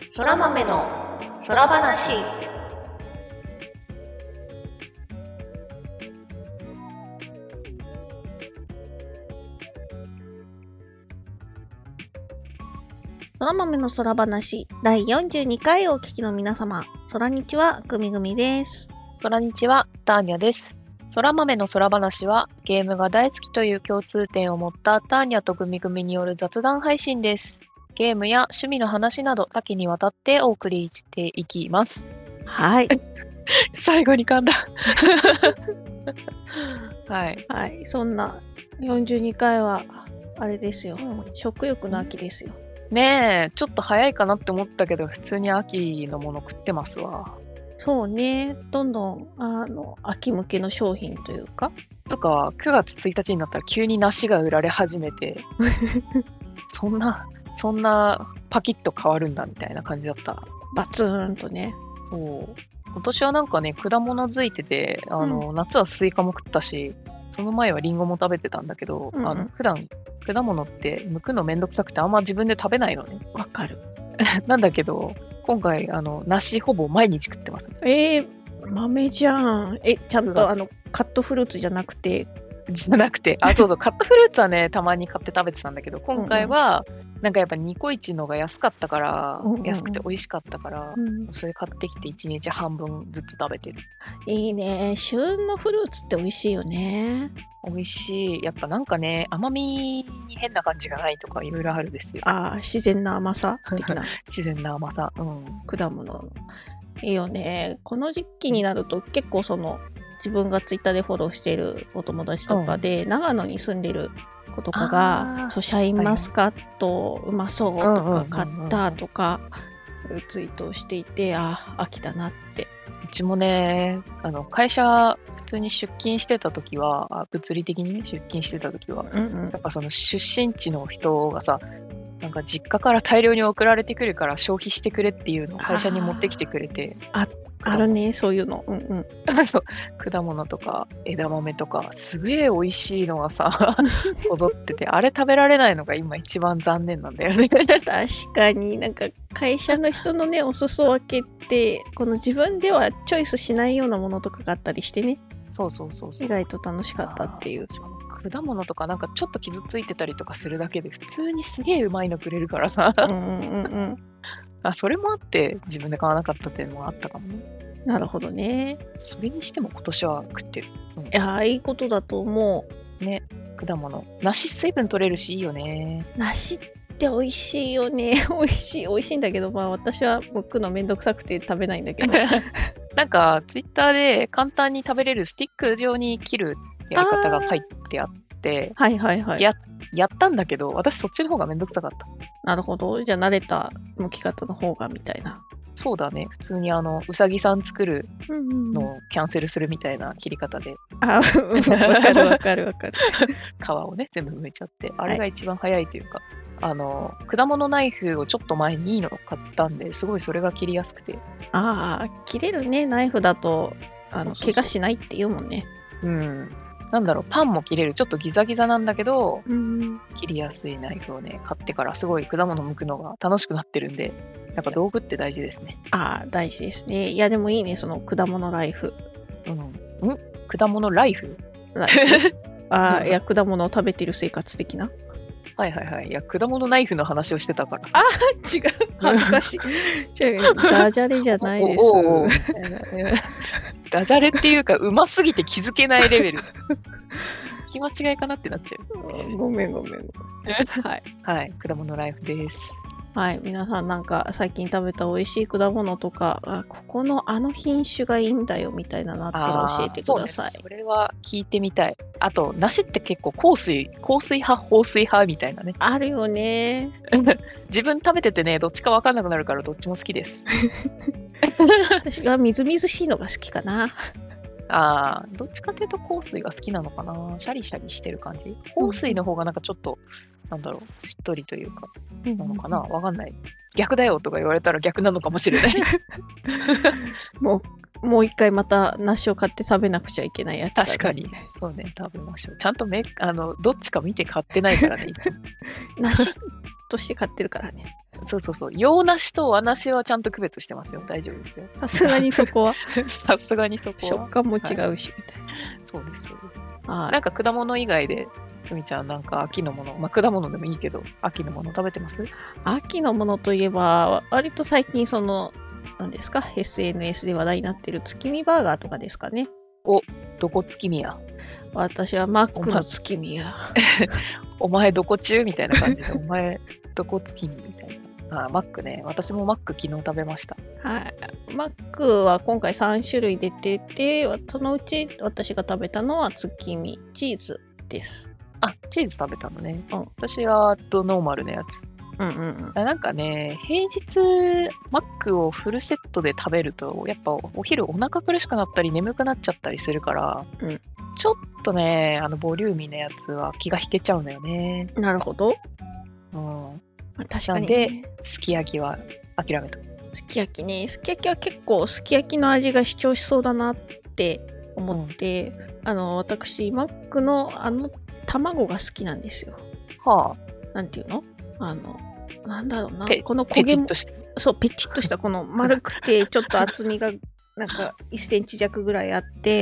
そら豆の空話。そら豆の空話第42回をお聞きの皆様、そらにちは、ぐみぐみです。 こんにちは、ターニャです。空豆の空話はゲームが大好きという共通点を持ったターニャとグミグミによる雑談配信です。ゲームや趣味の話など多岐にわたってお送りしていきます。 はい。 最後に噛んだ。はい。 はい。そんな42回はあれですよ。食欲の秋ですよ。 ねえ、ちょっと早いかなって思ったけど、普通に秋のもの食ってますわ。 そうね。どんどん秋向けの商品というか。 とか9月1日になったら急に梨が売られ始めて、そんなパキッと変わるんだみたいな感じだった。 バツーンとね。 そう。今年はなんかね、果物づいてて、夏はスイカも食ったし、その前はリンゴも食べてたんだけど、普段果物って剥くのめんどくさくてあんま自分で食べないのね。 わかる。 なんだけど、今回梨ほぼ毎日食ってます。 豆じゃん。ちゃんとカットフルーツじゃなくて、 そうカットフルーツはねたまに買って食べてたんだけど、今回はなんかやっぱニコイチのが安かったから、安くて美味しかったから、それ買ってきて1日半分ずつ食べてる。 いいね。旬のフルーツって美味しいよね。 美味しい。やっぱなんかね、甘みに変な感じがないとかいろいろあるんですよ。 自然な甘さ的な。 自然な甘さ。 果物。いいよね。この時期になると結構自分がツイッターでフォローしているお友達とかで、長野に住んでる子とかが、シャインマスカットうまそうとか買ったとかツイートをしていて、秋だなって。 うちもね、会社普通に出勤してた時は、物理的にね出勤してた時は、やっぱその出身地の人がさ、なんか実家から大量に送られてくるから消費してくれっていうのを会社に持ってきてくれて。 あるね、そういうの。 そう、果物とか枝豆とかすげえ美味しいのがさ踊ってて、あれ食べられないのが今一番残念なんだよね。 確かになんか会社の人のねお裾分けってこの自分ではチョイスしないようなものとかがあったりしてね。 そう意外と楽しかったっていう。 果物とかなんかちょっと傷ついてたりとかするだけで普通にすげえうまいのくれるからさ。それもあって自分で買わなかったっていうのもあったかもね。 なるほどね。 それにしても今年は食ってる。 いやいいことだと思うね。果物、梨水分取れるしいいよね。 梨って美味しいよね。美味しいんだけど、私は剥くのめんどくさくて食べないんだけどなんかツイッターで簡単に食べれるスティック状に切るやり方が書いてあって、やったんだけど、私そっちの方がめんどくさかった。 なるほど。じゃあ慣れた剥き方の方がみたいな。 そうだね。普通にうさぎさん作るのをキャンセルするみたいな切り方で。 わかる。 皮をね全部剥いちゃって、あれが一番早いというか、果物ナイフをちょっと前にいいのを買ったんで、すごいそれが切りやすくて。 切れるね。ナイフだと怪我しないって言うもんね。 なんだろう、パンも切れる、ちょっとギザギザなんだけど、切りやすいナイフをね買ってからすごい果物剥くのが楽しくなってるんで、やっぱ道具って大事ですね。 大事ですね。いやでもいいね、その果物ライフ。 果物ライフいや果物を食べてる生活的な。 いや果物ナイフの話をしてたから。 違う、恥ずかしい。ダジャレじゃないです。 ダジャレっていうか、うますぎて気づけないレベル。気間違いかなってなっちゃう。ごめん。 はい、果物ライフです。 はい、皆さんなんか最近食べた美味しい果物とか、ここの品種がいいんだよみたいななったら教えてください。 それは聞いてみたい。あと梨って結構香水派放水派みたいなね。 あるよね。 自分食べててね、どっちか分かんなくなるからどっちも好きです。 私がみずみずしいのが好きかな。 どっちかというと香水が好きなのかな。シャリシャリしてる感じ。香水の方がなんかちょっとなんだろう、しっとりというかなのかな、わかんない。逆だよとか言われたら逆なのかもしれない。 もう一回また梨を買って食べなくちゃいけないやつだね。 確かにそうね、食べましょう。ちゃんとどっちか見て買ってないからね、いつも。 梨として買ってるからね。 そうそうそう。洋梨と和梨はちゃんと区別してますよ。大丈夫ですよ。 さすがにそこは。 さすがにそこは。 食感も違うし、みたいな。 そうです、そうです。 はい。 なんか果物以外で、ふみちゃんなんか秋のもの、まあ果物でもいいけど、秋のもの食べてます？ 秋のものといえば、割と最近何ですか ?SNS で話題になってる月見バーガーとかですかね。 お、どこ月見や？ 私はマックの月見や。 お前どこ中みたいな感じで、お前どこ月見みたいな。あ、マックね。私もマック昨日食べました。 はい。マックは今回3種類出てて、そのうち私が食べたのは月見チーズです。 あ、チーズ食べたのね。 うん、 私はノーマルのやつ。なんかね、平日マックをフルセットで食べると、やっぱお昼お腹苦しくなったり眠くなっちゃったりするから、ちょっとね、ボリューミーなやつは気が引けちゃうのよね。 なるほど。 確かに、ね。なんで、すき焼きは諦めた。 すき焼きね。すき焼きは結構すき焼きの味が主張しそうだなって思って、私、マックの卵が好きなんですよ。 はあ。なんていうの？なんだろうな。 この焦げも、 そう、ペチッとしたこの丸くて、ちょっと厚みがなんか1センチ弱ぐらいあって、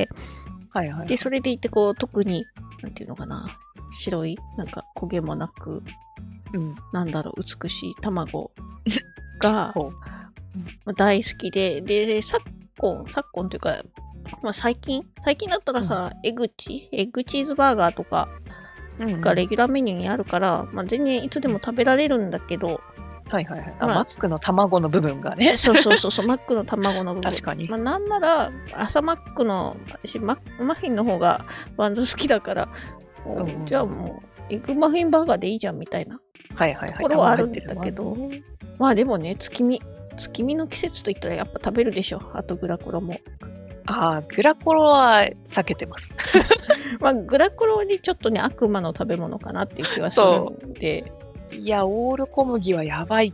はいはい。 で、それでいて特に、なんていうのかな。白い、なんか焦げもなく、なんだろう、美しい卵が大好きで、で、昨今というか、まあ最近だったらさ、エッグチーズバーガーとかがレギュラーメニューにあるから、まあ全然いつでも食べられるんだけど、 はいはいはい。マックの卵の部分がね。 そう、マックの卵の部分。 確かに。 まあなんなら、朝マックの、マフィンの方がバンド好きだから、じゃあもう、エッグマフィンバーガーでいいじゃんみたいなところはあるんだけど、まあでもね、月見の季節といったらやっぱ食べるでしょ。あとグラコロも。 ああ、グラコロは避けてます。 まあグラコロにちょっとね、悪魔の食べ物かなっていう気はするんで。 いや、オール小麦はやばいって。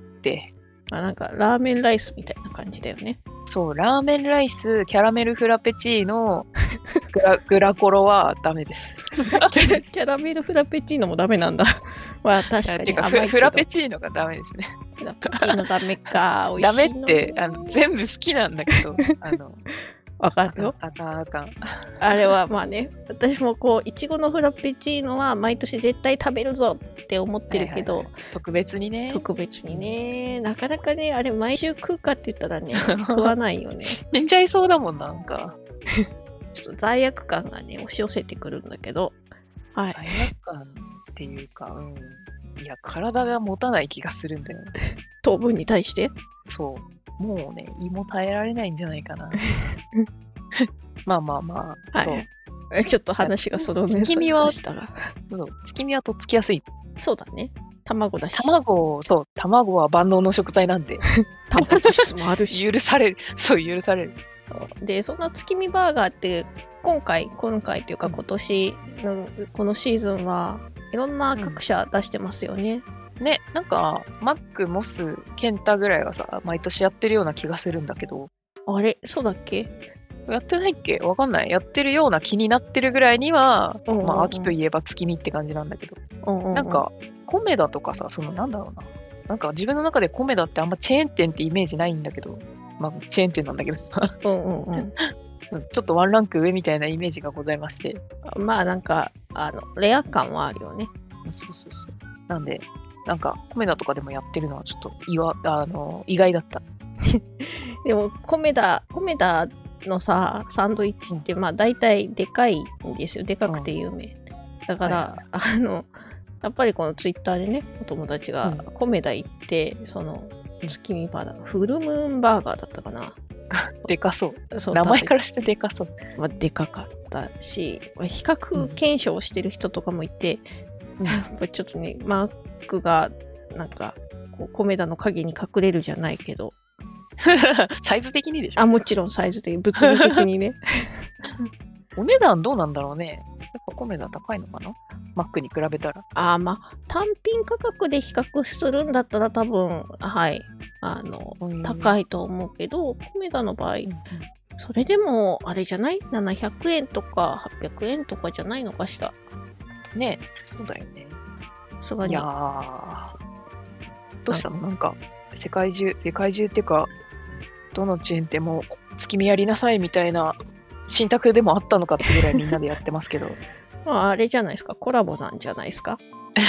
まあなんかラーメンライスみたいな感じだよね。 そう、ラーメンライス、キャラメルフラペチーノ、グラコロはダメです。 キャラメルフラペチーノもダメなんだ。まあ確かに甘いけど。 フラペチーノがダメですね。 フラペチーノダメか。美味しいの。 ダメって全部好きなんだけど、 わかるよ。 あかん。 あれはまあね、私もいちごのフラペチーノは毎年絶対食べるぞって思ってるけど、 特別にね、 なかなかね、あれ毎週食うかって言ったらね、食わないよね。 死んじゃいそうだもんなんか。 ちょっと罪悪感がね、押し寄せてくるんだけど、 はい。罪悪感っていうか、いや、体が持たない気がするんだよね。 糖分に対して？ そう。もうね、胃も耐えられないんじゃないかな。まあ、 はい、そう。ちょっと話がそのめされましたが。 月見はとっつきやすい。 そうだね。卵だし。 卵は万能の食材なんで。 タンパク質もあるし。 許される。 で、そんな月見バーガーって、今回というか今年のこのシーズンはいろんな各社出してますよね。 ね、なんか、マック、モス、ケンタぐらいはさ、毎年やってるような気がするんだけど。 あれそうだっけ？ やってないっけ？わかんない。やってるような気になってるぐらいには、まあ、秋といえば月見って感じなんだけど。なんか、コメダとかさ、なんだろうな。なんか自分の中でコメダってあんまチェーン店ってイメージないんだけど、まあ、チェーン店なんだけどさ。ちょっとワンランク上みたいなイメージがございまして。 まあなんか、レア感はあるよね。 そう。なんで、なんか、コメダとかでもやってるのはちょっと意外だった。 でも、コメダのさ、サンドイッチって、まあ大体でかいんですよ。でかくて有名。だから、やっぱりこのツイッターでね、お友達がコメダ行って、月見バーガー、フルムーンバーガーだったかな。 でかそう。名前からしてでかそう。 まあ、でかかったし、比較検証してる人とかもいて、やっぱちょっとね、マックが、なんか、コメダの影に隠れるじゃないけど。 サイズ的にでしょ？ もちろんサイズ的、物理的にね。 お値段どうなんだろうね。やっぱコメダ高いのかな？マックに比べたら。 まあ、単品価格で比較するんだったら多分、はい、高いと思うけど、コメダの場合、それでも、あれじゃない？ 700 円とか800円とかじゃないのかしら。 ねえ、そうだよね。 さすがに。 いやー、どうしたの？なんか、 世界中っていうか、どのチェーン店も月見やりなさいみたいな信託でもあったのかってぐらいみんなでやってますけど。 まあ、あれじゃないですか。コラボなんじゃないですか。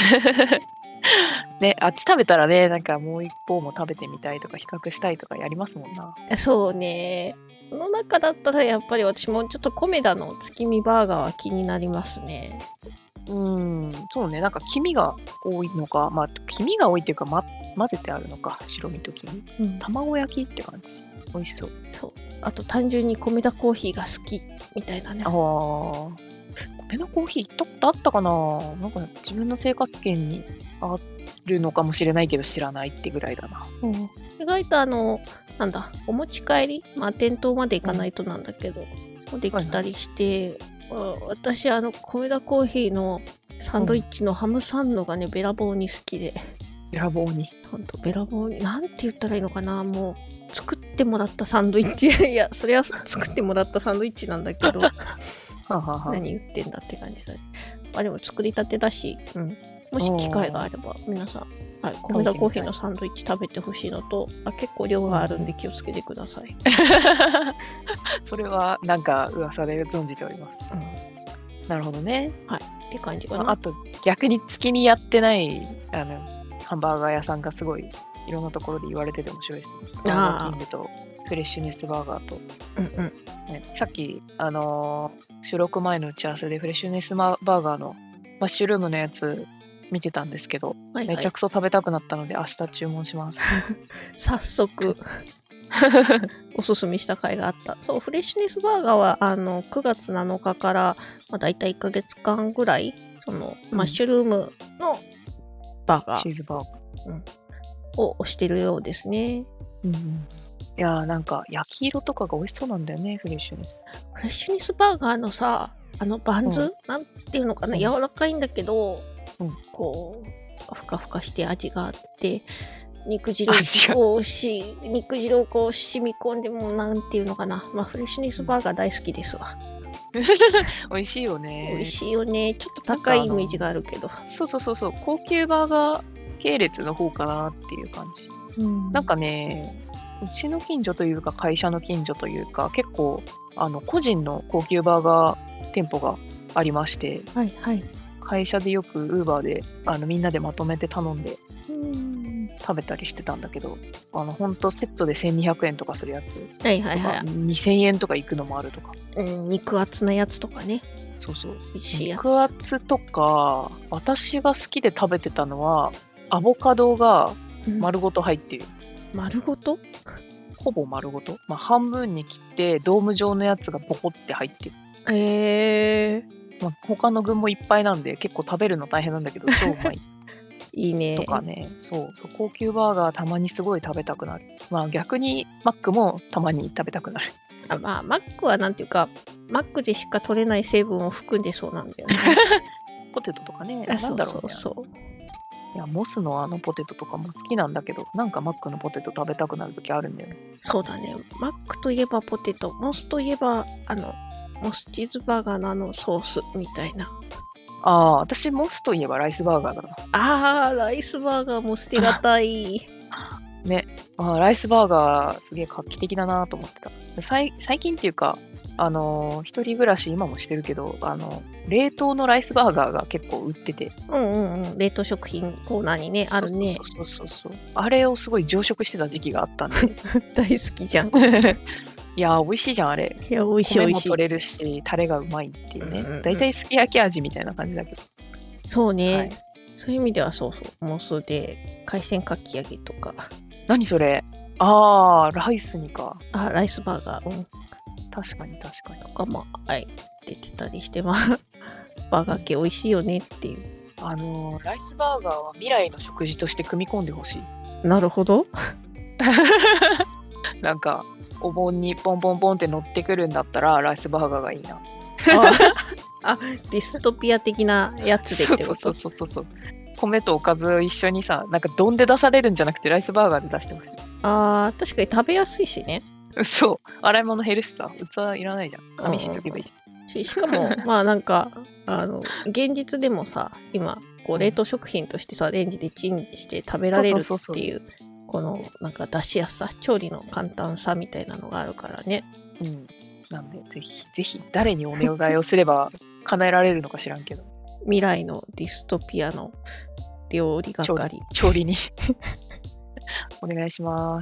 ね、あっち食べたらね、なんかもう一方も食べてみたいとか比較したいとかやりますもんな。 そうね。この中だったらやっぱり私もちょっとコメダの月見バーガーは気になりますね。 そうね。なんか黄身が多いのか、まあ黄身が多いっていうか、混ぜてあるのか、白身と黄身。卵焼きって感じ。美味しそう。 そう。あと単純にコメダコーヒーが好きみたいなね。 コメダコーヒー行ったことあったかな。なんか自分の生活圏にあるのかもしれないけど知らないってぐらいだな。 意外となんだ、お持ち帰り、まあ店頭まで行かないとなんだけど、できたりして、私コメダコーヒーのサンドイッチのハムサンドがね、べらぼうに好きで。 べらぼうに。 ほんとべらぼうに、なんて言ったらいいのかな、もう作ってもらったサンドイッチ。いや、それは作ってもらったサンドイッチなんだけど、何言ってんだって感じだね。まあでも作りたてだし、もし機会があれば皆さん、コメダコーヒーのサンドイッチ食べてほしいのと、結構量があるんで気をつけてください。 それはなんか噂で存じております。なるほどね。 はい。って感じかな。 あと逆に月見やってないハンバーガー屋さんがすごいいろんなところで言われてて面白いですね。バーガーキングとフレッシュネスバーガーと。さっき収録前の打ち合わせでフレッシュネスバーガーのマッシュルームのやつ見てたんですけど、めちゃくそ食べたくなったので明日注文します。 早速おすすめした回があった。そう、フレッシュネスバーガーは9月7日から、だいたい1ヶ月間ぐらいマッシュルームのバーガー、 チーズバーガー、を推してるようですね。 いやー、なんか焼き色とかが美味しそうなんだよね、フレッシュネス。 フレッシュネスバーガーのさ、バンズ、なんていうのかな、柔らかいんだけど、こうふかふかして味があって、肉汁をこう染み込んでも、なんていうのかな、フレッシュネスバーガー大好きですわ。 美味しいよね。 美味しいよね。ちょっと高いイメージがあるけど。 そう高級バーガー系列の方かなっていう感じ。なんかね、うちの近所というか会社の近所というか、結構個人の高級バーガー店舗がありまして、会社でよくウーバーでみんなでまとめて頼んで食べたりしてたんだけど、ほんとセットで1200円とかするやつ、2000円とかいくのもあるとか、 肉厚なやつとかね。 美味しいやつ。肉厚とか、私が好きで食べてたのはアボカドが丸ごと入ってるやつ。 丸ごと？ ほぼ丸ごと。半分に切ってドーム状のやつがボコって入ってる。他の具もいっぱいなんで結構食べるの大変なんだけど超うまい。 いいね。 とかね、高級バーガーたまにすごい食べたくなる。逆にマックもたまに食べたくなる。 マックはなんていうか、マックでしか取れない成分を含んでそうなんだよね。 ポテトとかね。いや、モスのポテトとかも好きなんだけど、なんかマックのポテト食べたくなるときあるんだよね。 そうだね。マックといえばポテト、モスといえばモスチーズバーガーのソースみたいな。 私モスといえばライスバーガーだな。 ライスバーガーも捨てがたい。 ね、ライスバーガーすげえ画期的だなと思ってた。最近っていうか、一人暮らし今もしてるけど、冷凍のライスバーガーが結構売ってて。 冷凍食品コーナーにね、あるね。 あれをすごい常食してた時期があったんで。 大好きじゃん。 いや美味しいじゃん、あれ。 いや、美味しい。 米も取れるし、タレがうまいっていうね。だいたいすき焼き味みたいな感じだけど。 そうね。そういう意味ではモスで海鮮かき揚げとか。 何それ？ライスにか。 ライスバーガー。 確かに。とか出てたりして、バーガー系美味しいよねっていう。 ライスバーガーは未来の食事として組み込んでほしい。 なるほど。 なんかお盆にポンポンポンって乗ってくるんだったらライスバーガーがいいな。 ディストピア的なやつでってこと？ そう米とおかずを一緒にさ、なんか丼で出されるんじゃなくてライスバーガーで出してほしい。 確かに食べやすいしね。 洗い物減るしさ、器いらないじゃん。紙敷いとけばいいじゃん。しかもなんか現実でもさ、今冷凍食品としてさ、レンジでチンして食べられるっていうこのなんか出しやすさ、調理の簡単さみたいなのがあるからね。 うん。なんでぜひ誰にお願いをすれば叶えられるのか知らんけど。 未来のディストピアの料理係。 調理にお願いします。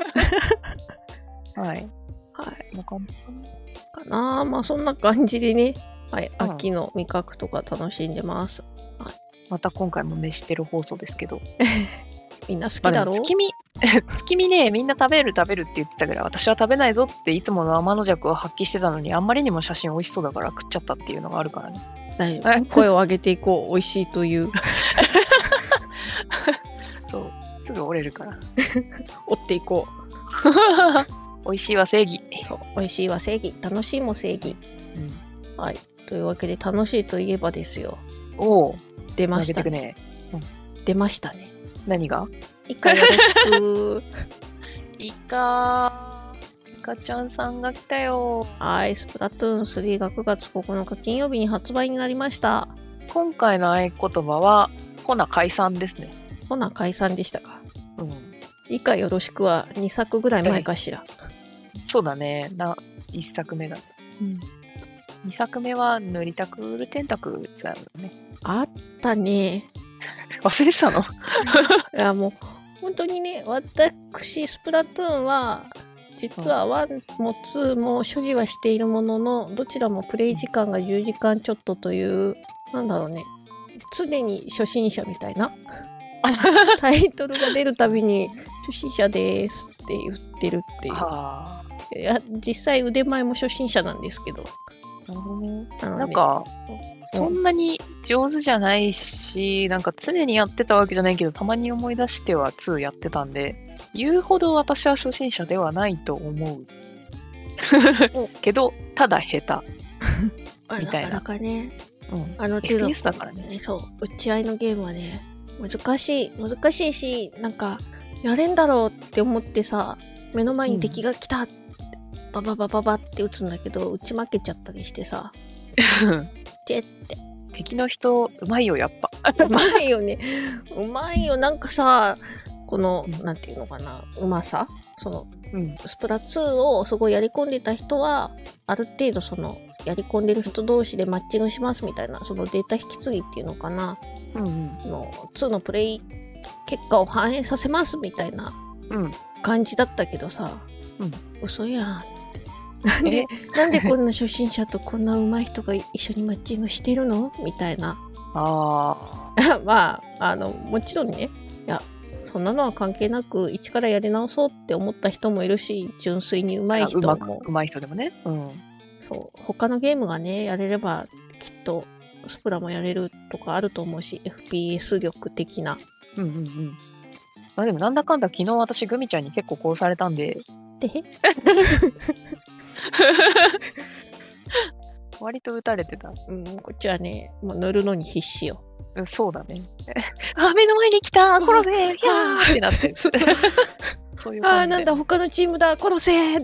はい。 はい。 のかな。まあそんな感じでね。はい。秋の味覚とか楽しんでます。 はい、また今回も飯テロ放送ですけど。 みんな好きだろ？ 月見ね、みんな食べるって言ってたから、私は食べないぞっていつもの天の弱を発揮してたのに、あんまりにも写真美味しそうだから食っちゃったっていうのがあるからね。 大丈夫。声を上げていこう。美味しいという。 そう。すぐ折れるから。 折っていこう。美味しいは正義。 そう。美味しいは正義。楽しいも正義。うん、はい。というわけで、楽しいといえばですよ。 おお。 出ましたね。出ましたね。 何が？ イカよろしく。 イカちゃんさんが来たよ。 はい。スプラトゥーン3が9月9日金曜日に発売になりました。 今回の合言葉は、ほな解散ですね。 ほな解散でしたか。うん。イカよろしくは2作ぐらい前かしら。 そうだね。1作目だ。うん。2作目は塗りたくるテンタクルだよね。 あったね。 忘れてたの？ いやもう本当にね、私スプラトゥーンは実は1も2も所持はしているものの、どちらもプレイ時間が10時間ちょっとという、なんだろうね、常に初心者みたいなタイトルが出るたびに初心者ですって言ってるっていう。いや実際腕前も初心者なんですけど。 なるほどね。なんかそんなに上手じゃないし、なんか常にやってたわけじゃないけど、たまに思い出しては2やってたんで、言うほど私は初心者ではないと思う。けど、ただ下手。みたいな。 なかなかね、 FPS だからね。 そう、打ち合いのゲームはね、難しいし、なんか、やれんだろうって思ってさ、目の前に敵が来たって、バババババって撃つんだけど、打ち負けちゃったりしてさ。チェって。 敵の人、うまいよ、やっぱ。 うまいよね。うまいよ。なんかさ、この、なんていうのかな、うまさその、スプラ2をすごいやり込んでた人は、ある程度その、やり込んでる人同士でマッチングしますみたいな、そのデータ引き継ぎっていうのかな。2のプレイ結果を反映させますみたいな感じだったけどさ、嘘やんって。なんでこんな初心者とこんな上手い人が一緒にマッチングしてるのみたいな。まあ、もちろんね、いや、そんなのは関係なく、一からやり直そうって思った人もいるし、純粋に上手い人も。 上手い人でもね。 そう。他のゲームがね、やれれば、きっと、スプラもやれるとかあると思うし、FPS 力的な。 まあでもなんだかんだ昨日私グミちゃんに結構殺されたんで。割と撃たれてた。 こっちはね、もう塗るのに必死よ。 そうだね。目の前に来た殺せひゃーってなって。そういう感じで。 なんだ他のチームだ殺せって。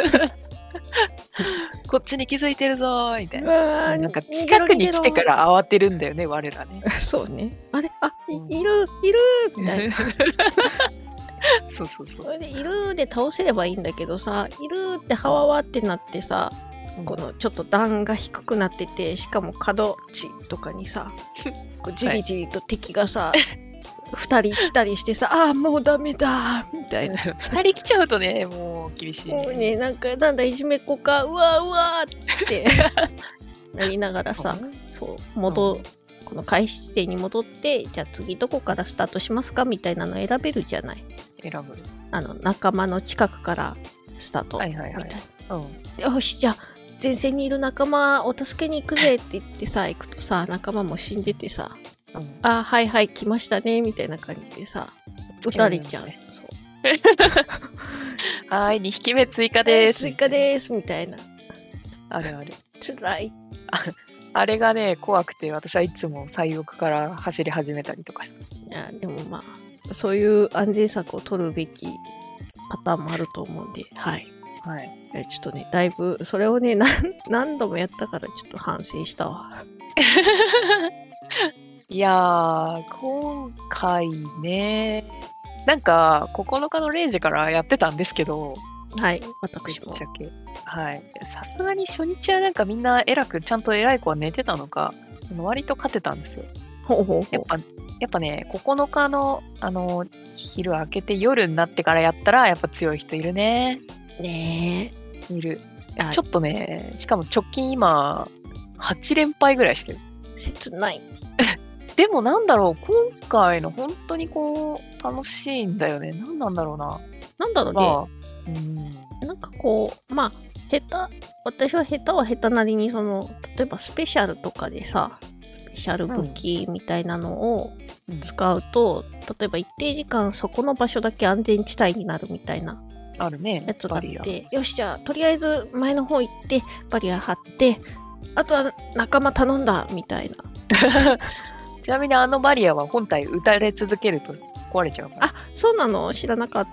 こっちに気づいてるぞーみたいな。なんか近くに来てから慌てるんだよね、我らね。 そうね。あれいるみたいな。 そう。 それでいるで倒せればいいんだけどさ、いるってハワワってなってさ、このちょっと段が低くなってて、しかも角地とかにさ、こうじりじりと敵がさ、2人来たりしてさ、もうダメだみたいな。 2人来ちゃうとね、もう厳しい、ね。 もうね、なんだいじめっ子か、うわってなりながらさ、この開始地点に戻って、じゃあ次どこからスタートしますかみたいなの選べるじゃない。 選ぶ。 仲間の近くからスタートみたいな。よし、じゃあ前線にいる仲間お助けに行くぜって言ってさ、行くとさ、仲間も死んでてさ、はいはい来ましたねみたいな感じでさ、撃たれちゃう。そう。 はい、2匹目追加です。 追加ですみたいな。 ある。 つらい。 あれがね、怖くて、私はいつも最奥から走り始めたりとかした。 いや、でもまあ、そういう安全策を取るべきパターンもあると思うんで、はい。ちょっとね、だいぶ、それをね、何度もやったからちょっと反省したわ。 いやー、今回ね、 なんか9日の0時からやってたんですけど、 はい、私も。 はい。さすがに初日はなんかみんなちゃんと偉い子は寝てたのか、割と勝てたんですよ。 ほうほうほう。 やっぱね、9日の昼明けて夜になってからやったらやっぱ強い人いるね。 ねえ。いる。ちょっとね、しかも直近今8連敗ぐらいしてる。 切ない。 でもなんだろう、今回の本当にこう楽しいんだよね。何なんだろうな。 なんだろうね。なんかこう、まあ私は下手は下手なりに例えばスペシャルとかでさ、スペシャル武器みたいなのを使うと、例えば一定時間そこの場所だけ安全地帯になるみたいなあるね、 やつがあって、よし、じゃあとりあえず前の方行ってバリア張って、あとは仲間頼んだみたいな。 ちなみにバリアは本体撃たれ続けると壊れちゃうから。 あ、そうなの？知らなかった。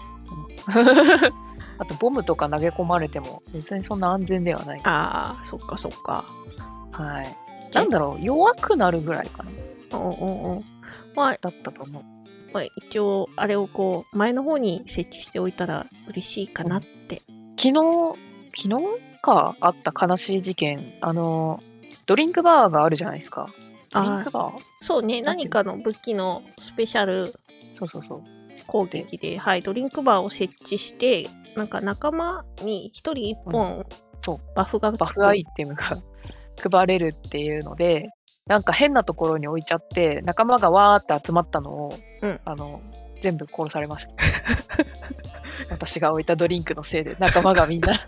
あとボムとか投げ込まれても別にそんな安全ではない。 ああ、そっかそっか。 はい。なんだろう、弱くなるぐらいかな。 まあ、 だったと思う。 まあ、一応あれをこう前の方に設置しておいたら嬉しいかなって。 昨日かあった悲しい事件、ドリンクバーがあるじゃないですか。ドリンクバー？ そうね、何かの武器のスペシャル攻撃で、はい、ドリンクバーを設置して、なんか仲間に1人1本、バフアイテムが配れるっていうので、なんか変なところに置いちゃって仲間がわーって集まったのを、全部殺されました。私が置いたドリンクのせいで仲間がみんな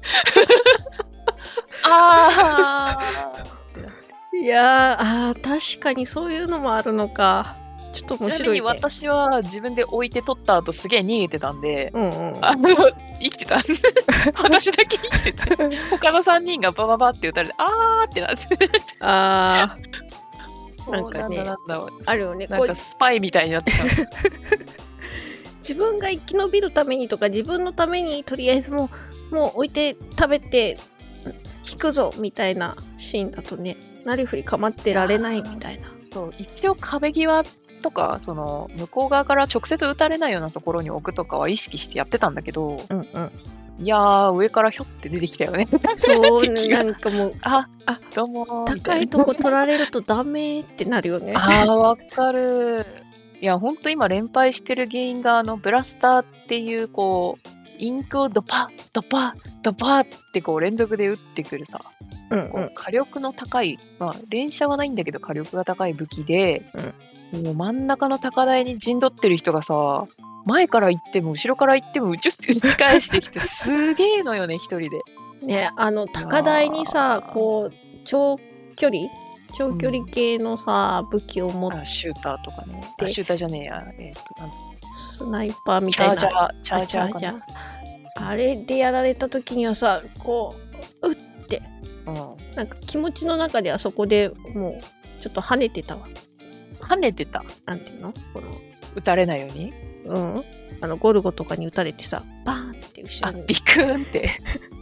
いやー、確かにそういうのもあるのか。ちょっと面白いね。 ちなみに私は自分で置いて取った後すげえ逃げてたんで、生きてたんで私だけ生きてた。他の3人がバババって撃たれて、あーってなってなんかね、あるよね。 なんかスパイみたいになってた。 自分が生き延びるためにとか、自分のためにとりあえずもう置いて食べて引くぞみたいなシーンだとね、なりふり構ってられないみたいな。 そう、一応壁際とか向こう側から直接撃たれないようなところに置くとかは意識してやってたんだけど、いやー、上からひょって出てきたよね。 そうね、なんかもうどうも高いとこ取られるとダメってなるよね。 わかる。いや、ほんと今連敗してる原因がブラスターっていうこうインクをドパッドパッドパッってこう連続で打ってくるさ、火力の高い、連射はないんだけど火力が高い武器で、もう真ん中の高台に陣取ってる人がさ、前から行っても後ろから行っても打ち返してきてすげえのよね、一人で。 ね、高台にさ、こう長距離系のさ、武器を持って、 シューターとかね。シューターじゃねえや。 スナイパーみたいな。 チャージャーかな。 あれでやられた時にはさ、こう、うって、なんか気持ちの中ではそこでもう、ちょっと跳ねてたわ。 跳ねてた？ なんていうの？ 撃たれないように？ ゴルゴとかに撃たれてさ、バーンって後ろに。 ビクーンって。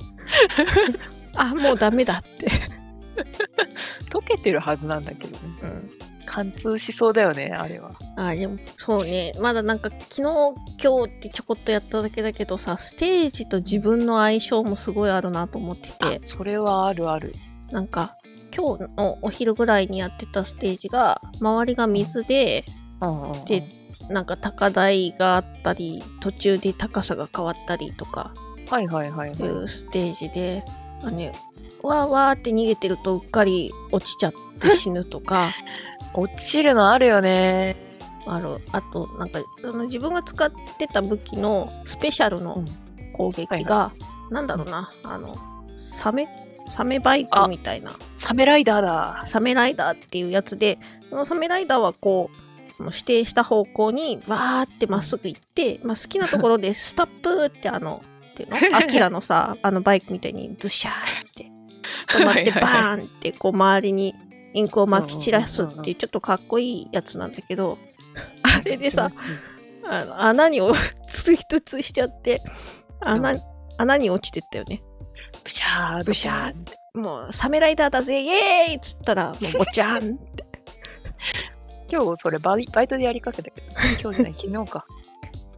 もうダメだって。 溶けてるはずなんだけどね。貫通しそうだよね、あれは。 でもそうね、まだなんか昨日今日ってちょこっとやっただけだけどさ、ステージと自分の相性もすごいあるなと思ってて。 それはあるある。 なんか今日のお昼ぐらいにやってたステージが周りが水で、でなんか高台があったり途中で高さが変わったりとかいうステージで、わーわーって逃げてるとうっかり落ちちゃって死ぬとか落ちるのあるよね。 あとなんか自分が使ってた武器のスペシャルの攻撃が、なんだろうな、サメバイクみたいな、 サメライダーだ。 サメライダーっていうやつで、そのサメライダーはこう指定した方向にわーってまっすぐ行って、好きなところでスタップってっていうのアキラのさ、バイクみたいにズシャーって止まってバーンってこう周りにインクをまき散らすっていうちょっとかっこいいやつなんだけど、あれでさ、穴に追突しちゃって穴に落ちてったよね。 ブシャーブシャーって、もうサメライダーだぜイエーイっつったらもうボチャーンって。 今日それバイトでやりかけたけど、今日じゃない昨日か。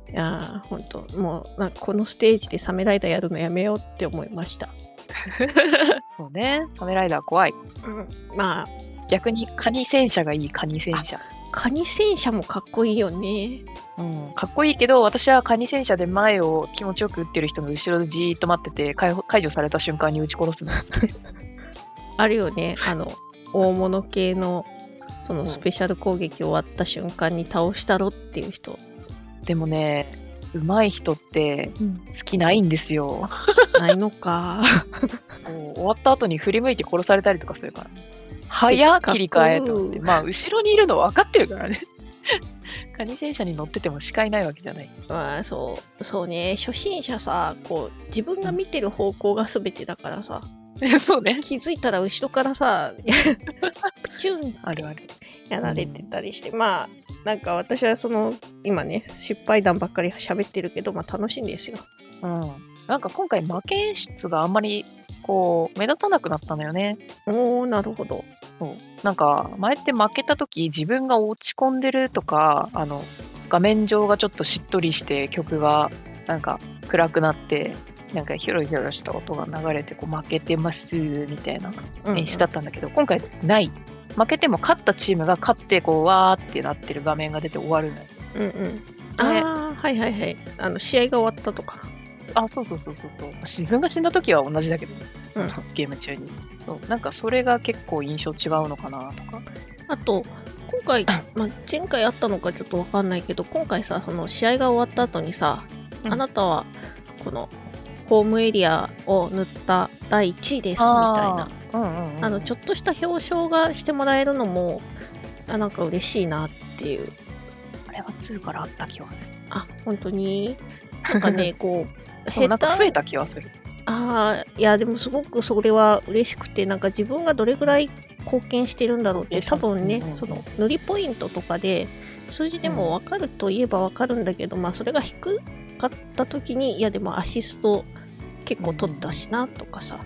いやー、ほんと、もう、なんかこのステージでサメライダーやるのやめようって思いました。 そうね、サメライダー怖い。 まあ、 逆にカニ戦車がいい、カニ戦車。 カニ戦車もかっこいいよね。 かっこいいけど、私はカニ戦車で前を気持ちよく撃ってる人の後ろでじーっと待ってて、解除された瞬間に撃ち殺すのが好きです。 あるよね、大物系のそのスペシャル攻撃終わった瞬間に倒したろっていう人。 でもね、上手い人って好きないんですよ。 ないのか。 終わった後に振り向いて殺されたりとかするから。早っ切り替えと思って。まあ、後ろにいるの分かってるからね。カニ戦車に乗ってても視界ないわけじゃない。 まあ、そうね。初心者さ、こう、自分が見てる方向が全てだからさ。 そうね。 気づいたら後ろからさ、プチュンあるある。 やられてたりして、まあ、なんか私は今ね、失敗談ばっかり喋ってるけど、まあ楽しいんですよ。 なんか今回負け演出があんまりこう目立たなくなったのよね。 おー、なるほど。 なんか前って負けた時自分が落ち込んでるとか、画面上がちょっとしっとりして曲がなんか暗くなって、なんかヒョロヒョロした音が流れてこう負けてますみたいな演出だったんだけど、今回ない。負けても勝ったチームが勝ってこうわーってなってる画面が出て終わるの。 はいはいはい。試合が終わったとか。 そう。自分が死んだ時は同じだけど、ゲーム中に。なんかそれが結構印象違うのかなとか。 あと、今回、前回あったのかちょっとわかんないけど、今回さ、その試合が終わった後にさ、あなたはこのホームエリアを塗った第1位ですみたいな。ちょっとした表彰がしてもらえるのもなんか嬉しいなっていう。 あれは2からあった気がする。 本当になんかねこうなんか増えた気がする。 いやでもすごくそれは嬉しくて、なんか自分がどれぐらい貢献してるんだろうって多分ね、その塗りポイントとかで数字でも分かるといえば分かるんだけど、それが低かった時にいやでもアシスト結構取ったしなとかさ、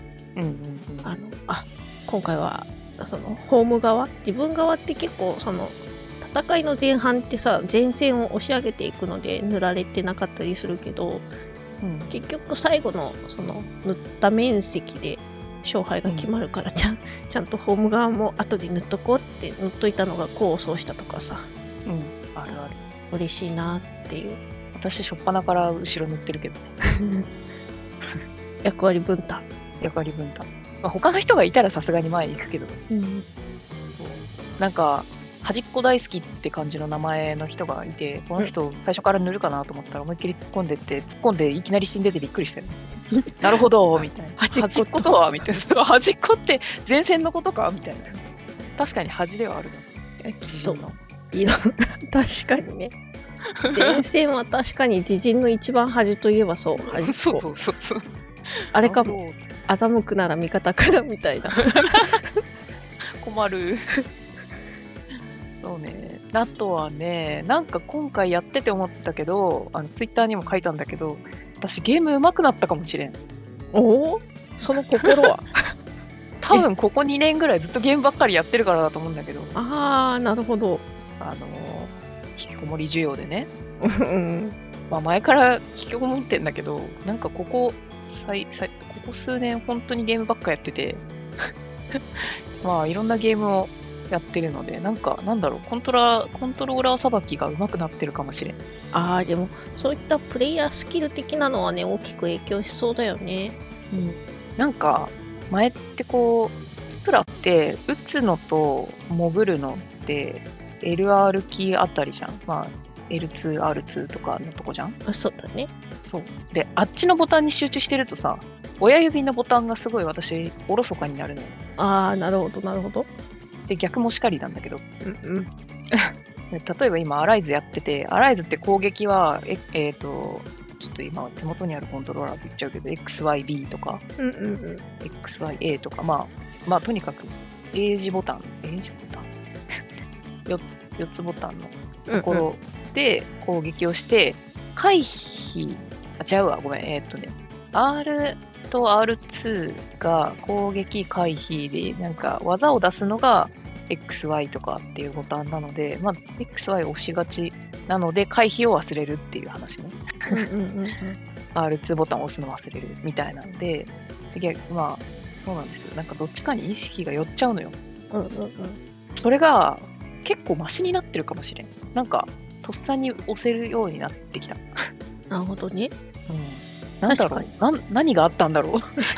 今回はそのホーム側、自分側って結構その戦いの前半ってさ前線を押し上げていくので塗られてなかったりするけど、結局最後のその塗った面積で勝敗が決まるから、ちゃんとホーム側も後で塗っとこうって塗っといたのが功を奏したとかさ、 あるある。 嬉しいなっていう。 私初っ端から後ろ塗ってるけどね。 役割分担。 他の人がいたらさすがに前行くけど、なんか端っこ大好きって感じの名前の人がいて、この人最初から塗るかなと思ったら思いっきり突っ込んでいきなり死んでてびっくりしてる。なるほどみたいな。端っことはみたいな。端っこって前線のことかみたいな。確かに端ではあるな。きっと確かにね。前線は確かに自陣の一番端といえばそう端っこ。 そう。 あれかも。欺くなら味方からみたいな。 困る。そうね。あとはね、なんか今回やってて思ったけど、ツイッターにも書いたんだけど、私ゲーム上手くなったかもしれん。 おお、その心は多分ここ2年ぐらいずっとゲームばっかりやってるからだと思うんだけど。 なるほど。 引きこもり需要でね。前から引きこもってんだけど、なんかここ数年本当にゲームばっかやってていろんなゲームをやってるので、なんだろう、コントローラーさばきが上手くなってるかもしれん。 でもそういったプレイヤースキル的なのはね大きく影響しそうだよね。 なんか前ってこうスプラって打つのと潜るのって LR キーあたりじゃん。L2、R2 とかのとこじゃん。 そうだね。 そうで、あっちのボタンに集中してるとさ、親指のボタンがすごい私おろそかになるのよ。 なるほど。 で逆もしかりなんだけど、例えば今アライズやってて、アライズって攻撃はちょっと今手元にあるコントローラーって言っちゃうけど XYB とか、XYA とかとにかく英字ボタン4つボタンのところで攻撃をして回避ごめんR と R2 が攻撃回避でなんか技を出すのが XY とかっていうボタンなので、XY 押しがちなので回避を忘れるっていう話ね。R2 ボタンを押すの忘れるみたいなので、まあそうなんですよ。なんかどっちかに意識が寄っちゃうのよ。それが結構マシになってるかもしれん。なんかとっさに押せるようになってきた。 なるほどね。 なんだろう。何があったんだろう。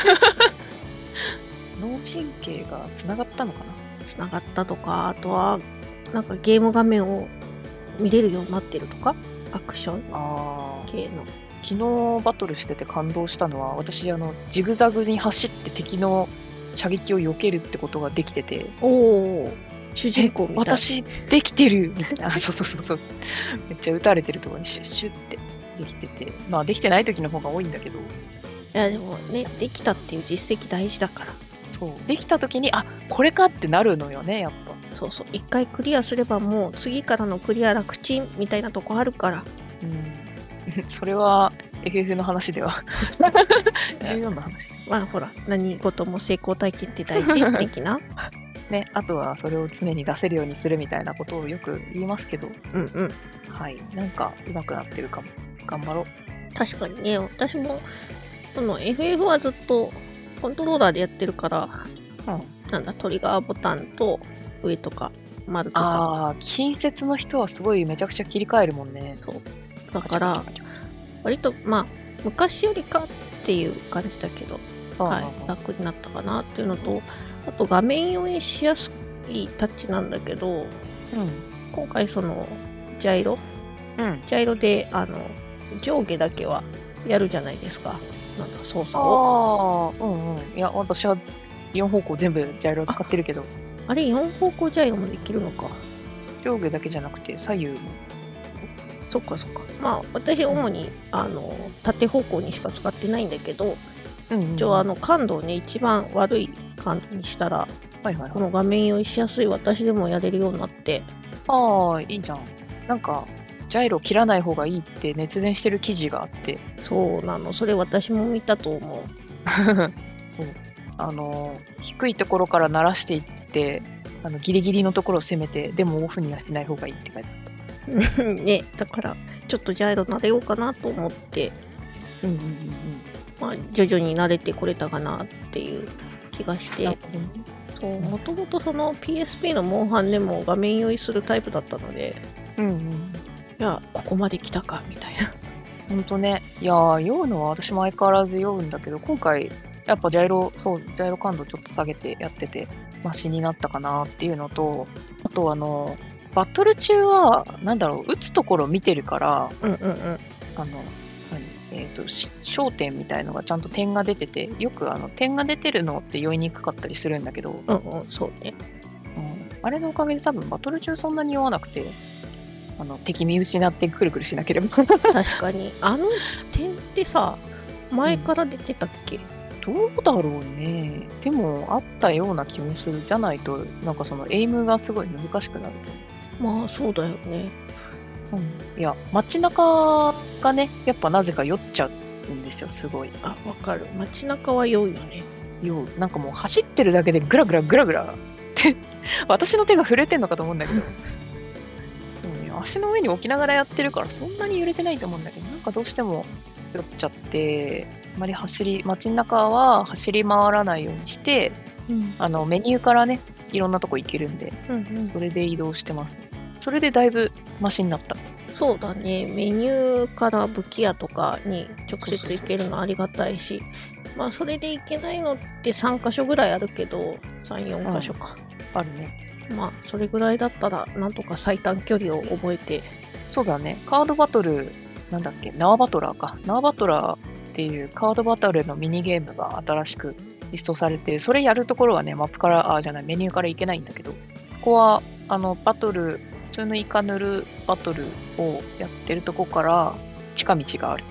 脳神経がつながったのかな。 つながったとか、あとはなんかゲーム画面を見れるようになってるとか、アクション系の。 昨日バトルしてて感動したのは、私ジグザグに走って敵の射撃を避けるってことができてて、 主人公みたいな。 私できてるみたいな。そうめっちゃ撃たれてるところにシュッシュってできてて、まあできてない時の方が多いんだけど。いやでもね、できたっていう実績大事だから。 そうできた時にこれかってなるのよね、やっぱ。 そう一回クリアすればもう次からのクリア楽ちんみたいなとこあるから。 それは FF の話では14の話。 まあほら、何事も成功体験って大事的なね、あとはそれを常に出せるようにするみたいなことをよく言いますけど、はい、なんか上手くなってるかも。頑張ろう。 確かにね、私もその FF はずっとコントローラーでやってるから、なんだ、トリガーボタンと上とか丸とか。 近接の人はすごいめちゃくちゃ切り替えるもんね。 そうだから割とまあ昔よりかっていう感じだけど、楽になったかなっていうのと、あと画面用意しやすいタッチなんだけど、今回そのジャイロで上下だけはやるじゃないですか。なんだ操作を。 いや私は4方向全部ジャイロを使ってるけど。 あれ4方向ジャイロもできるのか。 上下だけじゃなくて左右も。 そっか。まあ私主に縦方向にしか使ってないんだけど、一応感度をね一番悪い感度にしたら、この画面用意しやすい私でもやれるようになって。 いいじゃん。なんかジャイロ切らない方がいいって熱弁してる記事があって。 そうなの。それ私も見たと思う。 低いところから鳴らしていってギリギリのところを攻めて、でもオフにはしない方がいいって書いてあったね、だからちょっとジャイロ慣れようかなと思って、まあ徐々に慣れてこれたかなっていう気がして、もともとその PSP のモンハンでも画面用意するタイプだったので、いやここまで来たかみたいな。 ほんとね。いや酔うのは私も相変わらず酔うんだけど、今回やっぱジャイロ感度ちょっと下げてやっててマシになったかなっていうのと、あとバトル中はなんだろう、打つところ見てるから、焦点みたいのがちゃんと点が出てて、よく点が出てるのって酔いにくかったりするんだけど、 そうね、 あれのおかげで多分バトル中そんなに酔わなくて、敵見失ってくるくるしなければ。 確かに点ってさ前から出てたっけ、 どうだろうね。でもあったような気もする。じゃないとなんかそのエイムがすごい難しくなると。まあそうだよね。 いや街中がねやっぱなぜか酔っちゃうんですよ、すごい。 わかる。街中は酔うよね。 なんかもう走ってるだけでグラグラって私の手が震えてんのかと思うんだけど足の上に置きながらやってるからそんなに揺れてないと思うんだけど、なんかどうしても酔っちゃって、あまり街の中は走り回らないようにして、メニューからねいろんなとこ行けるんで、それで移動してます。それでだいぶマシになった。 そうだね。メニューから武器屋とかに直接行けるのありがたいし、まあそれで行けないのって3箇所ぐらいあるけど、3、4箇所か、 あるね。 まあそれぐらいだったらなんとか最短距離を覚えて。 そうだね。カードバトルなんだっけ、縄バトラーか。縄バトラーっていうカードバトルのミニゲームが新しく実装されて、それやるところはね、マップからメニューから行けないんだけど、ここはバトル、普通のイカ塗るバトルをやってるとこから近道がある。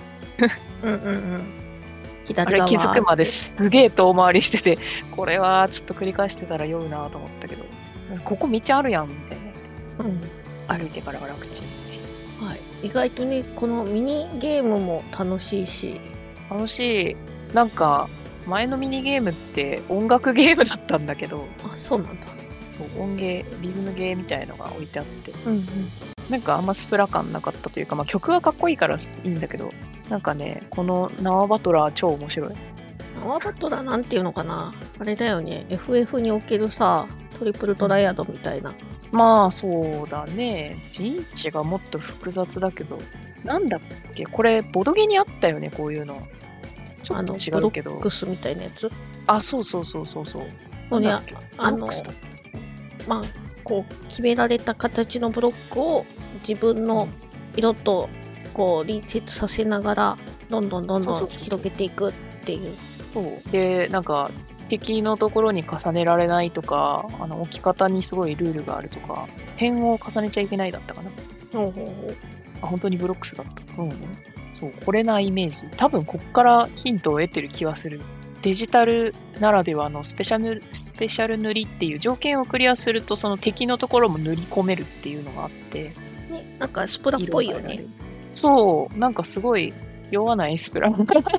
あれ気づくまですげえ遠回りしてて、これはちょっと繰り返してたら酔うなと思ったけど、ここ道あるやんみたいな。歩いてからが楽ちん。 意外とね、このミニゲームも楽しいし。 楽しい。なんか前のミニゲームって音楽ゲームだったんだけど。 そうなんだ。 そう、音ゲー、リズムゲーみたいのが置いてあって、 なんかあんまスプラ感なかったというか、まあ曲はかっこいいからいいんだけど、なんかね、この縄バトラー超面白い。 縄バトラーなんていうのかな、あれだよね、FF におけるさ、トリプルトライアドみたいな。 まあそうだね。陣地がもっと複雑だけど、なんだっけ、これボドゲにあったよね、こういうの。ちょっと違うけど。 ブロックスみたいなやつ。 あ、そうそうそうそうそう。 いや、まあこう決められた形のブロックを自分の色とこう隣接させながらどんどん広げていくっていう。 そうで、なんか敵のところに重ねられないとか、置き方にすごいルールがあるとか、辺を重ねちゃいけないだったかな。本当にブロックスだった。そう、これなイメージ。多分こっからヒントを得てる気はする。デジタルならではのスペシャル塗りっていう条件をクリアすると、その敵のところも塗り込めるっていうのがあって。 ね、なんかスプラっぽいよね。 そう、なんかすごい弱なエスプラ。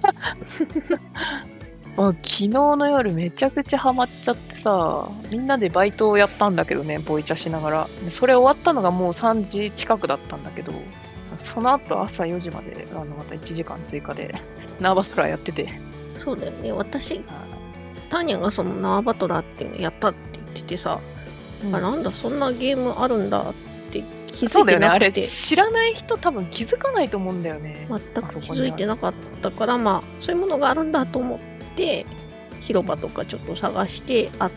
昨日の夜めちゃくちゃハマっちゃってさ、みんなでバイトをやったんだけどね、ボイチャしながら。それ終わったのがもう3時近くだったんだけど、その後朝4時までまた1時間追加で縄バトラーやってて。 そうだよね。私、ターニャがその縄バトラーっていうのやったって言っててさ、なんだそんなゲームあるんだって気づいてなくて。 そうだよね。あれ知らない人多分気づかないと思うんだよね。 全く気づいてなかったから、まあそういうものがあるんだと思って広場とかちょっと探してあって、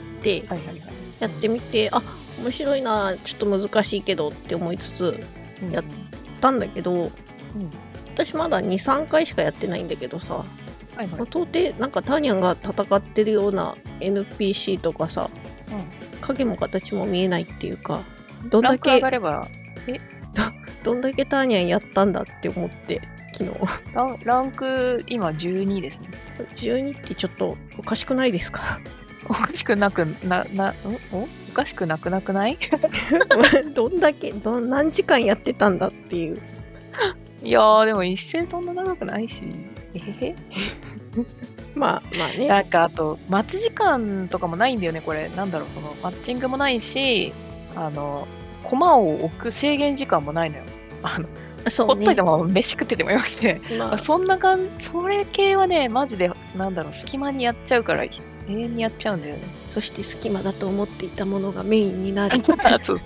やってみて、あ、面白いな、ちょっと難しいけどって思いつつやったんだけど、私まだ 2,3 回しかやってないんだけどさ、到底なんかターニャンが戦ってるような NPC とかさ、影も形も見えないっていうか、どんだけターニャンやったんだって思って昨日ランク今12ですね。 12ってちょっとおかしくないですか？ おかしくなくなくない？ どんだけ何時間やってたんだっていう。 いやーでも一戦そんな長くないし、 まあね。 なんかあと待ち時間とかもないんだよね、これ。なんだろう、そのマッチングもないし、駒を置く制限時間もないのよ。 そうね、 ほっといても飯食っててもよくて、そんな感じ。それ系はね、マジでなんだろう、隙間にやっちゃうから永遠にやっちゃうんだよね。 そして隙間だと思っていたものがメインになる。 そう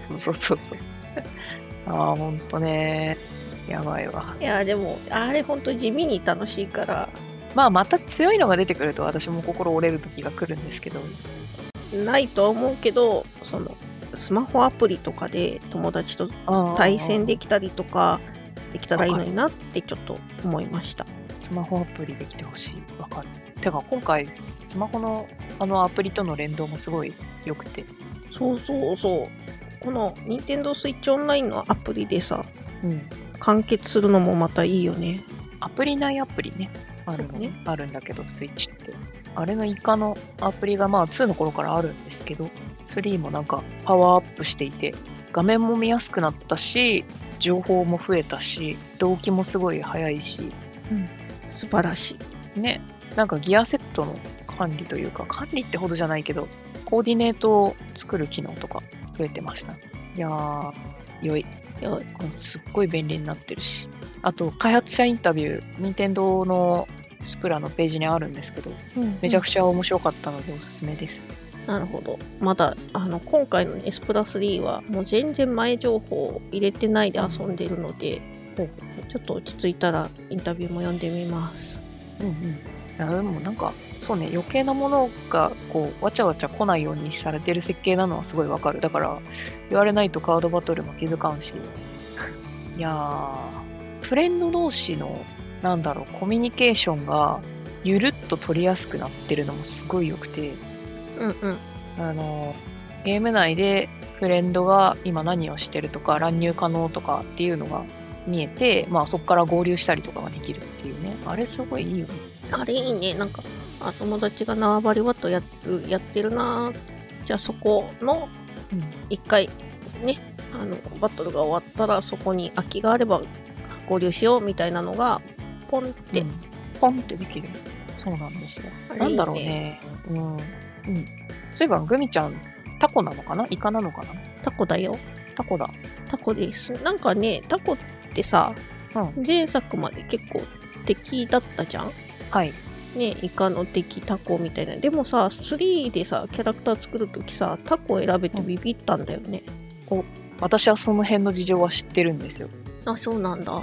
ああ、ほんとね、やばいわ。 いやでもあれほんと地味に楽しいから、 また強いのが出てくると私も心折れる時が来るんですけど。 ないとは思うけど、そのスマホアプリとかで友達と対戦できたりとかできたらいいのになってちょっと思いました。 スマホアプリできてほしい。わかる。てか今回スマホのアプリとの連動もすごい良くて。 そうこの任天堂スイッチオンラインのアプリでさ、完結するのもまたいいよね。 アプリ内アプリね、あるんだけど、スイッチってあれの以下のアプリが2の頃からあるんですけど、3もなんかパワーアップしていて、画面も見やすくなったし、情報も増えたし、動機もすごい早いし、 素晴らしいね。なんかギアセットの管理というか、管理ってほどじゃないけど、コーディネートを作る機能とか増えてました。いやー、良い。すっごい便利になってるし、あと開発者インタビュー、任天堂のスプラのページにあるんですけど、めちゃくちゃ面白かったのでおすすめです。 なるほど。まだ今回の、スプラ3はもう全然前情報を入れてないで遊んでるので、ちょっと落ち着いたらインタビューも読んでみます。 いやでもなんかそうね、余計なものがこうわちゃわちゃ来ないようにされてる設計なのはすごいわかる。だから言われないとカードバトルも気づかんし、いやー、フレンド同士のなんだろう、コミュニケーションがゆるっと取りやすくなってるのもすごい良くて、ゲーム内でフレンドが今何をしてるとか乱入可能とかっていうのが見えて、そこから合流したりとかができるっていうね、あれすごいいいよね。 あれいいね。なんか友達が縄張りワットやってるな、じゃあそこの1回ね、バトルが終わったらそこに空きがあれば合流しようみたいなのがポンってできる。そうなんですよ。なんだろうね。そういえばグミちゃんタコなのかな、イカなのかな。 タコだよ。 タコだ。 タコです。なんかね、タコってさ、前作まで結構敵だったじゃん。 はい。 ね、イカの敵タコみたいな。でもさ、3でさ、キャラクター作るときさ、タコ選べてビビったんだよね。 私はその辺の事情は知ってるんですよ。 あ、そうなんだ。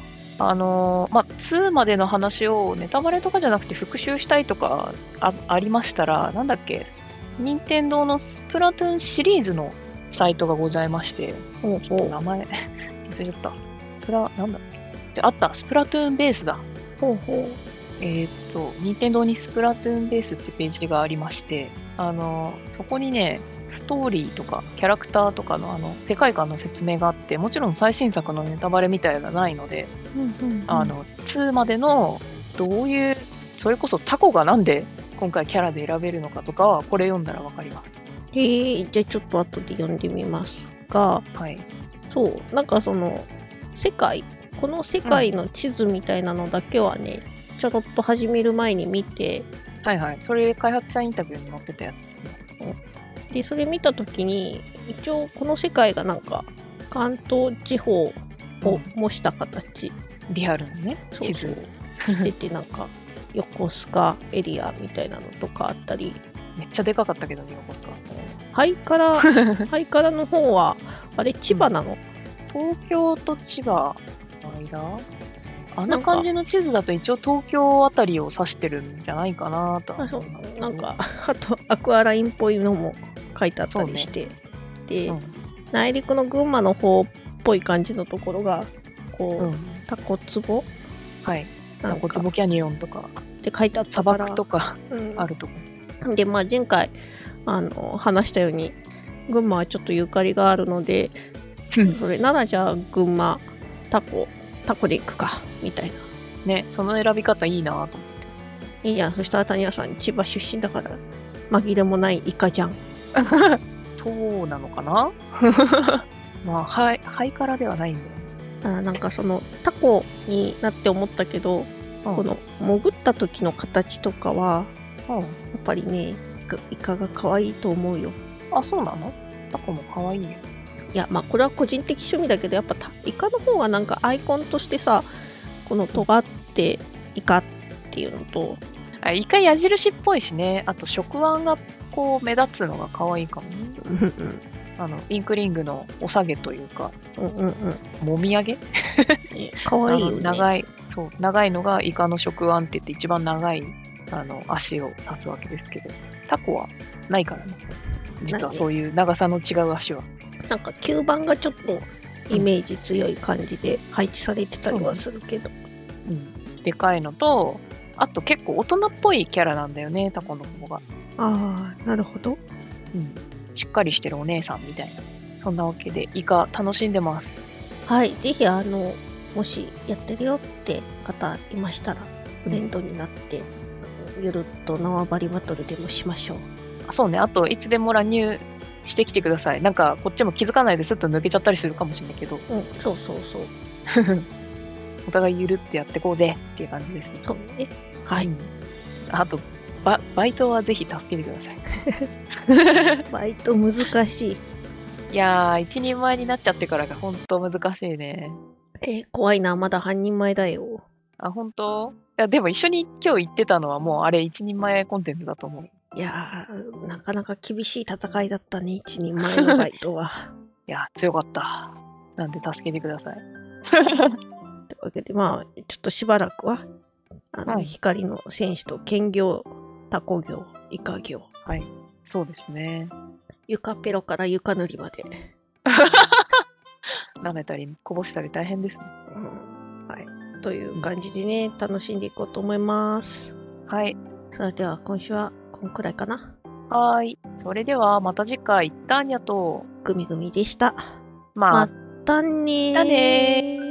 2までの話をネタバレとかじゃなくて復習したいとか ありましたら、なんだっけ、任天堂のスプラトゥーンシリーズのサイトがございまして、ちょっと名前忘れちゃった。なんだっけで、あった、スプラトゥーンベースだ。 ほうほう。 任天堂にスプラトゥーンベースってページがありまして、そこにね、ストーリーとかキャラクターとかの世界観の説明があって、もちろん最新作のネタバレみたいなのはないので、2までのどういう、それこそタコがなんで今回キャラで選べるのかとかはこれ読んだらわかります。 じゃあちょっと後で読んでみますが、 はい、 そうなんかそのこの世界の地図みたいなのだけはね、ちょろっと始める前に見て、 はいはい、それ開発者インタビューに載ってたやつですね。 でそれ見た時に一応この世界がなんか関東地方を模した形、 リアルのね地図しててなんか横須賀エリアみたいなのとかあったり、 めっちゃでかかったけどね、横須賀。 ハイカラの方はあれ千葉なの？ 東京と千葉の間、あんな感じの地図だと一応東京あたりを指してるんじゃないかなと思いますけど。 なんかあとアクアラインっぽいのも書いてあったりして、で、内陸の群馬の方っぽい感じのところがこう、タコツボ、 はい、タコツボキャニオンとかって書いてあったから、 砂漠とかあるとこ、 でまあ前回話したように群馬はちょっとゆかりがあるのでそれならじゃあ群馬タコで行くかみたいなね。その選び方いいなと思って。 いいじゃん。そしたら谷谷さん千葉出身だから紛れもないイカじゃん。 そうなのかな。まあハイカラではないんだよね。 なんかそのタコになって思ったけど、この潜った時の形とかは、やっぱりねイカが可愛いと思うよ。 あ、そうなの？タコも可愛いよ。 いやまあこれは個人的趣味だけど、やっぱイカの方がなんかアイコンとしてさ、この尖ってイカっていうのと、 イカ矢印っぽいしね。あと触腕がこう目立つのが可愛いかもね。インクリングのお下げというか、もみあげ可愛いよね。 長いのがイカの触腕って言って一番長い足を指すわけですけど、タコはないからね。実はそういう長さの違う足は。 なんか吸盤がちょっとイメージ強い感じで配置されてたりはするけど、 でかいのと、あと結構大人っぽいキャラなんだよね、タコの方が。 ああ、なるほど。 しっかりしてるお姉さんみたいな。そんなわけでイカ楽しんでます。 はい、ぜひもしやってるよって方いましたらフレンドになって、ゆるっと縄張りバトルでもしましょう。 そうね。あといつでも乱入してきてください。なんかこっちも気づかないですっと抜けちゃったりするかもしれないけど、 そうお互いゆるってやってこうぜっていう感じですね。 そうね。はい。 あとバイトはぜひ助けてください。 バイト難しい。 いやー、一人前になっちゃってからが本当難しいね。 怖いな。まだ半人前だよ。 あ、本当？いやでも一緒に今日行ってたのはもうあれ一人前コンテンツだと思う。 いやー、なかなか厳しい戦いだったね、一人前のバイトは。 いや、強かった。なんで助けてください。 というわけで、まあ、ちょっとしばらくは、光の戦士と兼業、タコ業、イカ業。 はい、そうですね。 床ペロから床塗りまで。 舐めたり、こぼしたり大変ですね。 はい。という感じでね、楽しんでいこうと思います。 はい。 それでは今週はこんくらいかな。 はい。それではまた次回、ターニャとグミグミでした。 またねー。